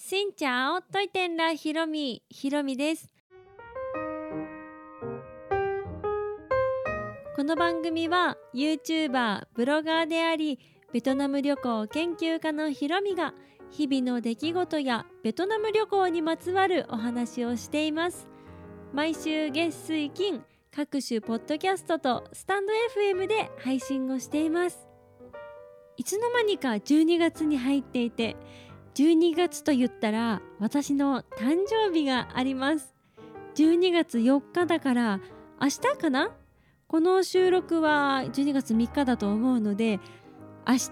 しんちゃおといてんらひろみです。この番組は YouTuber ブロガーでありベトナム旅行研究家のひろみが日々の出来事やベトナム旅行にまつわるお話をしています。毎週月水金各種ポッドキャストとスタンド FM で配信をしています。いつの間にか12月に入っていて、12月と言ったら私の誕生日があります。12月4日だから明日かな。この収録は12月3日だと思うので、明日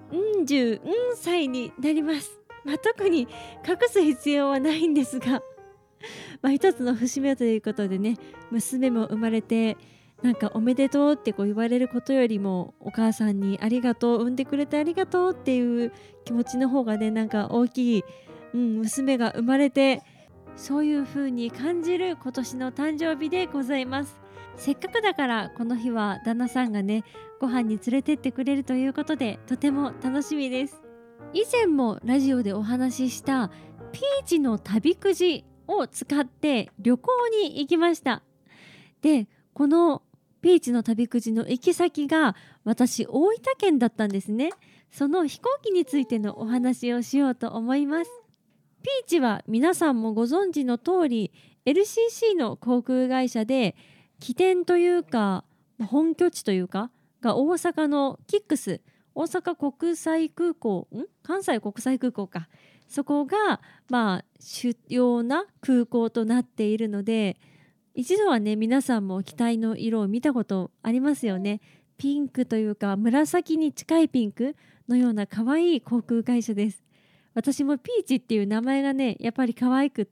10歳になります。特に隠す必要はないんですが一つの節目ということでね、娘も生まれてなんかおめでとうって言われることよりも、お母さんにありがとう、産んでくれてありがとうっていう気持ちの方がね、なんか大きい、娘が生まれて、そういう風に感じる今年の誕生日でございます。せっかくだからこの日は旦那さんがね、ご飯に連れてってくれるということで、とても楽しみです。以前もラジオでお話ししたピーチの旅くじを使って旅行に行きました。で、このピーチの旅くじの行き先が私大分県だったんですね。その飛行機についてのお話をしようと思います。ピーチは皆さんもご存知の通り LCC の航空会社で、起点というか本拠地というかが大阪のキックス大阪国際空港関西国際空港か、そこが主要な空港となっているので、一度はね、皆さんも機体の色を見たことありますよね。ピンクというか紫に近いピンクのような可愛い航空会社です。私もピーチっていう名前がね、やっぱり可愛くって、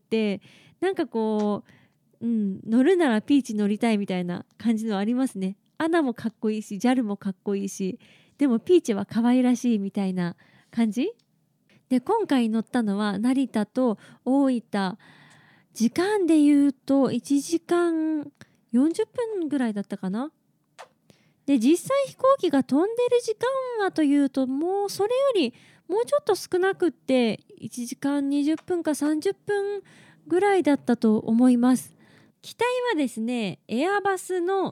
なんかこう、乗るならピーチ乗りたいみたいな感じのありますね。アナもかっこいいし JAL もかっこいいし、でもピーチは可愛らしいみたいな感じで、今回乗ったのは成田と大分、時間で言うと1時間40分ぐらいだったかな。で、実際飛行機が飛んでる時間はというと、もうそれよりもうちょっと少なくって1時間20分か30分ぐらいだったと思います。機体はですね、エアバスの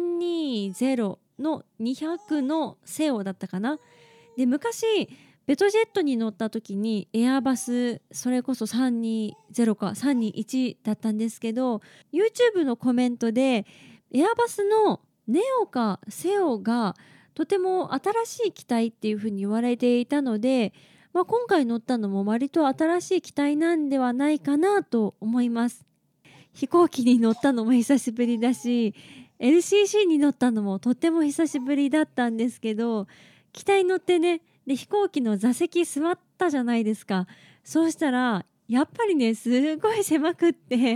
320の200のセオだったかな。で、昔ベトジェットに乗った時にエアバス、それこそ320か321だったんですけど、 YouTube のコメントでエアバスのネオかセオがとても新しい機体っていう風に言われていたので、今回乗ったのも割と新しい機体なんではないかなと思います。飛行機に乗ったのも久しぶりだし LCC に乗ったのもとっても久しぶりだったんですけど、機体乗ってね、で飛行機の座席座ったじゃないですか。そうしたらやっぱりね、すごい狭くって、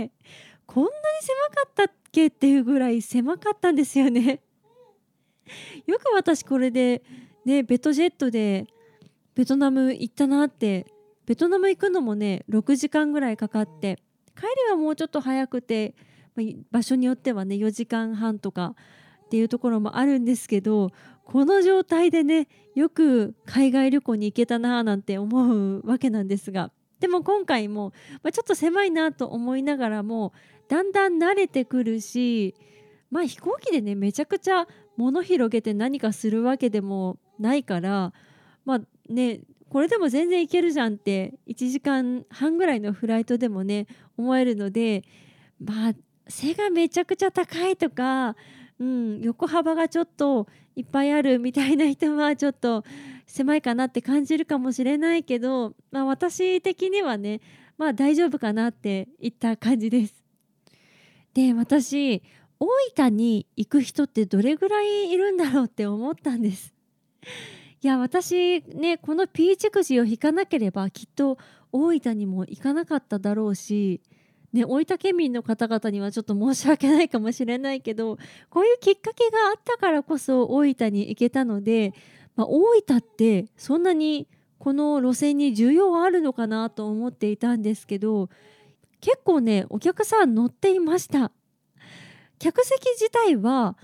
こんなに狭かったっけっていうぐらい狭かったんですよね。よく私これでね、ベトジェットでベトナム行ったなって。ベトナム行くのもね6時間ぐらいかかって、帰りはもうちょっと早くて、場所によってはね4時間半とかっていうところもあるんですけど、この状態でね、よく海外旅行に行けたななんて思うわけなんですが、でも今回も、ちょっと狭いなと思いながらもだんだん慣れてくるし、飛行機でねめちゃくちゃ物広げて何かするわけでもないから、これでも全然いけるじゃんって1時間半ぐらいのフライトでもね思えるので、背がめちゃくちゃ高いとか、横幅がちょっといっぱいあるみたいな人はちょっと狭いかなって感じるかもしれないけど、私的にはね、大丈夫かなっていった感じです。で、私大分に行く人ってどれぐらいいるんだろうって思ったんです。いや、私ね、このピーチくじを引かなければきっと大分にも行かなかっただろうし、大分県民の方々にはちょっと申し訳ないかもしれないけど、こういうきっかけがあったからこそ大分に行けたので、大分ってそんなにこの路線に需要はあるのかなと思っていたんですけど、結構ねお客さん乗っていました。客席自体は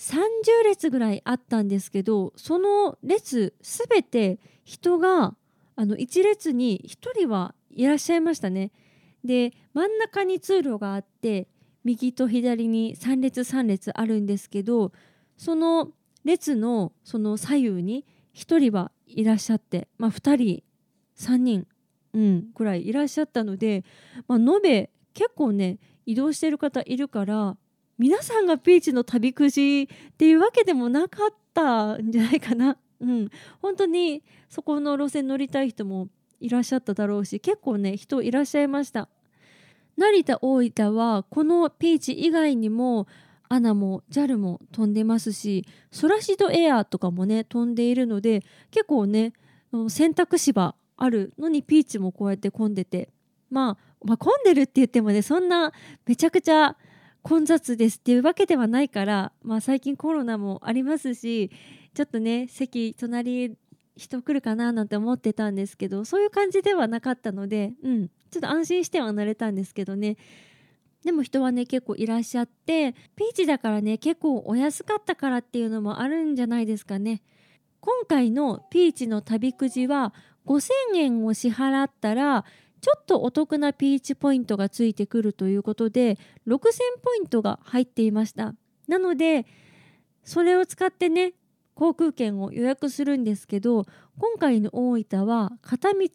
30列ぐらいあったんですけど、その列すべて人が1列に1人はいらっしゃいましたね。で真ん中に通路があって右と左に3列3列あるんですけど、その列のその左右に1人はいらっしゃって、2人3人、くらいいらっしゃったので、延べ結構ね移動してる方いるから、皆さんがピーチの旅くじっていうわけでもなかったんじゃないかな。本当にそこの路線乗りたい人もいらっしゃっただろうし、結構ね人いらっしゃいました。成田大分はこのピーチ以外にもアナも JAL も飛んでますし、ソラシドエアとかもね飛んでいるので、結構ね選択肢はあるのにピーチもこうやって混んでて、混んでるって言ってもね、そんなめちゃくちゃ混雑ですっていうわけではないから、最近コロナもありますし、ちょっとね席隣人来るかななんて思ってたんですけど、そういう感じではなかったので、ちょっと安心しては乗れたんですけどね。でも人はね結構いらっしゃって、ピーチだからね結構お安かったからっていうのもあるんじゃないですかね。今回のピーチの旅くじは5000円を支払ったらちょっとお得なピーチポイントがついてくるということで、6000ポイントが入っていました。なのでそれを使ってね航空券を予約するんですけど、今回の大分は片道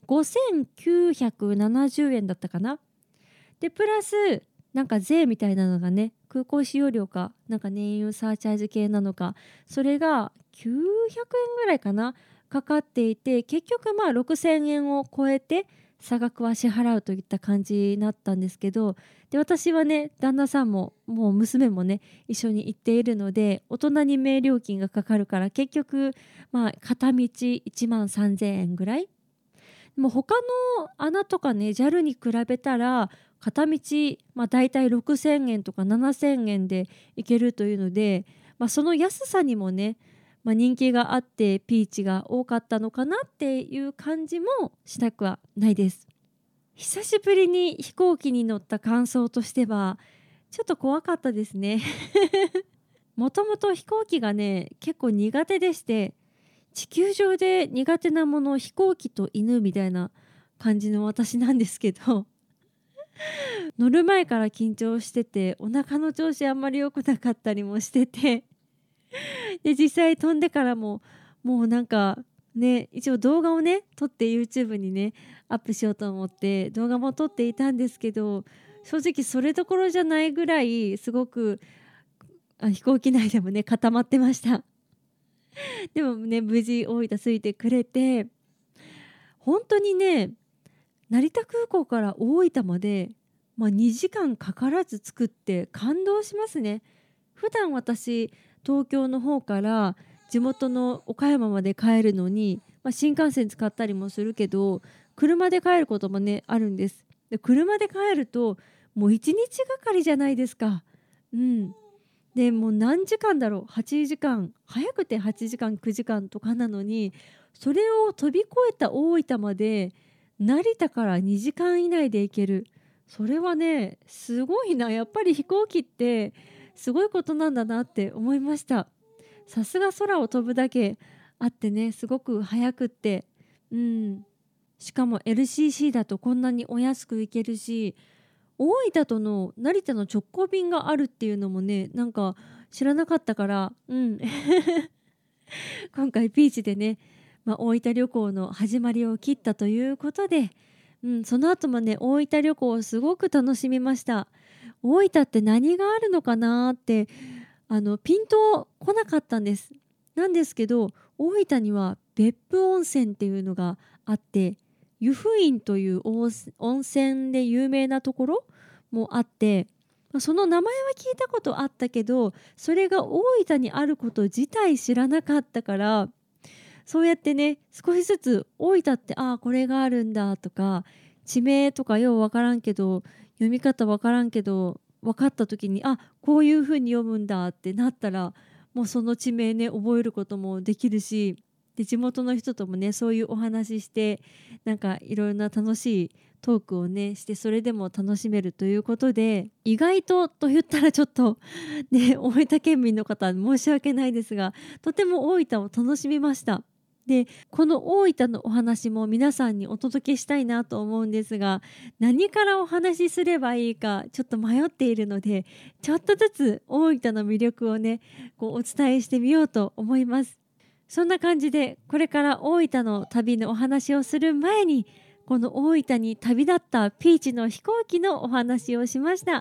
5970円だったかな。でプラスなんか税みたいなのがね、空港使用料かなんか燃油サーチャージ系なのか、それが900円ぐらいかなかかっていて、結局6000円を超えて差額は支払うといった感じになったんですけど、で私はね旦那さんももう娘もね一緒に行っているので、大人に名料金がかかるから結局片道1万3000円ぐらい。もう他の穴とかね JAL に比べたら片道だいたい6000円とか7000円で行けるというので、その安さにもね、人気があってピーチが多かったのかなっていう感じもしたくはないです。久しぶりに飛行機に乗った感想としてはちょっと怖かったですね。もともと飛行機がね結構苦手でして、地球上で苦手なもの飛行機と犬みたいな感じの私なんですけど、乗る前から緊張しててお腹の調子あんまり良くなかったりもしてて、で実際飛んでからももうなんかね、一応動画をね撮って YouTube にねアップしようと思って動画も撮っていたんですけど、正直それどころじゃないぐらいすごく飛行機内でもね固まってました。でもね無事大分着いてくれて、本当にね成田空港から大分まで、2時間かからず着くって感動しますね。普段私東京の方から地元の岡山まで帰るのに、新幹線使ったりもするけど車で帰ることもねあるんです。で車で帰るともう1日がかりじゃないですか。でもう何時間だろう、8時間、早くて8時間9時間とかなのに、それを飛び越えた大分まで成田から2時間以内で行ける。それはねすごいな、やっぱり飛行機ってすごいことなんだなって思いました。さすが空を飛ぶだけあってね、すごく早くって、しかも LCC だとこんなにお安く行けるし、大分との成田の直行便があるっていうのもねなんか知らなかったから、今回ピーチでね、大分旅行の始まりを切ったということで、その後もね大分旅行をすごく楽しみました。大分って何があるのかなってピンとこなかったんです。なんですけど大分には別府温泉っていうのがあって、湯布院という温泉で有名なところもあって、その名前は聞いたことあったけどそれが大分にあること自体知らなかったから、そうやってね少しずつ大分ってこれがあるんだとか、地名とかようわからんけど読み方わからんけど分かった時にこういう風に読むんだってなったら、もうその地名ね覚えることもできるし、で地元の人ともねそういうお話ししてなんかいろいろな楽しいトークをねして、それでも楽しめるということで、意外と言ったらちょっとね大分県民の方申し訳ないですが、とても大分を楽しみました。 でこの大分のお話も皆さんにお届けしたいなと思うんですが、何からお話しすればいいかちょっと迷っているので、ちょっとずつ大分の魅力をねお伝えしてみようと思います。そんな感じでこれから大分の旅のお話をする前に、この大分に旅立ったピーチの飛行機のお話をしました。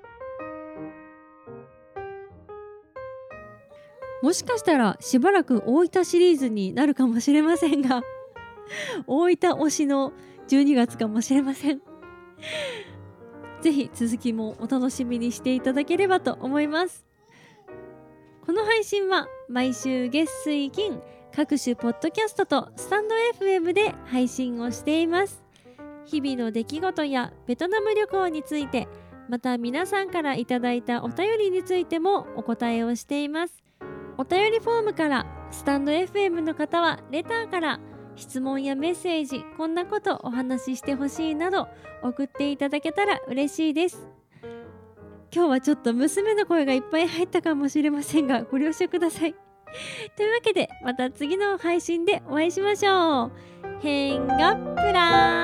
もしかしたらしばらく大分シリーズになるかもしれませんが大分推しの12月かもしれません。ぜひ続きもお楽しみにしていただければと思います。この配信は毎週月水金各種ポッドキャストとスタンド FM で配信をしています。日々の出来事やベトナム旅行について、また皆さんからいただいたお便りについてもお答えをしています。お便りフォームから、スタンド FM の方はレターから質問やメッセージ、こんなことお話ししてほしいなど送っていただけたら嬉しいです。今日はちょっと娘の声がいっぱい入ったかもしれませんがご了承ください。というわけでまた次の配信でお会いしましょう。変がプラ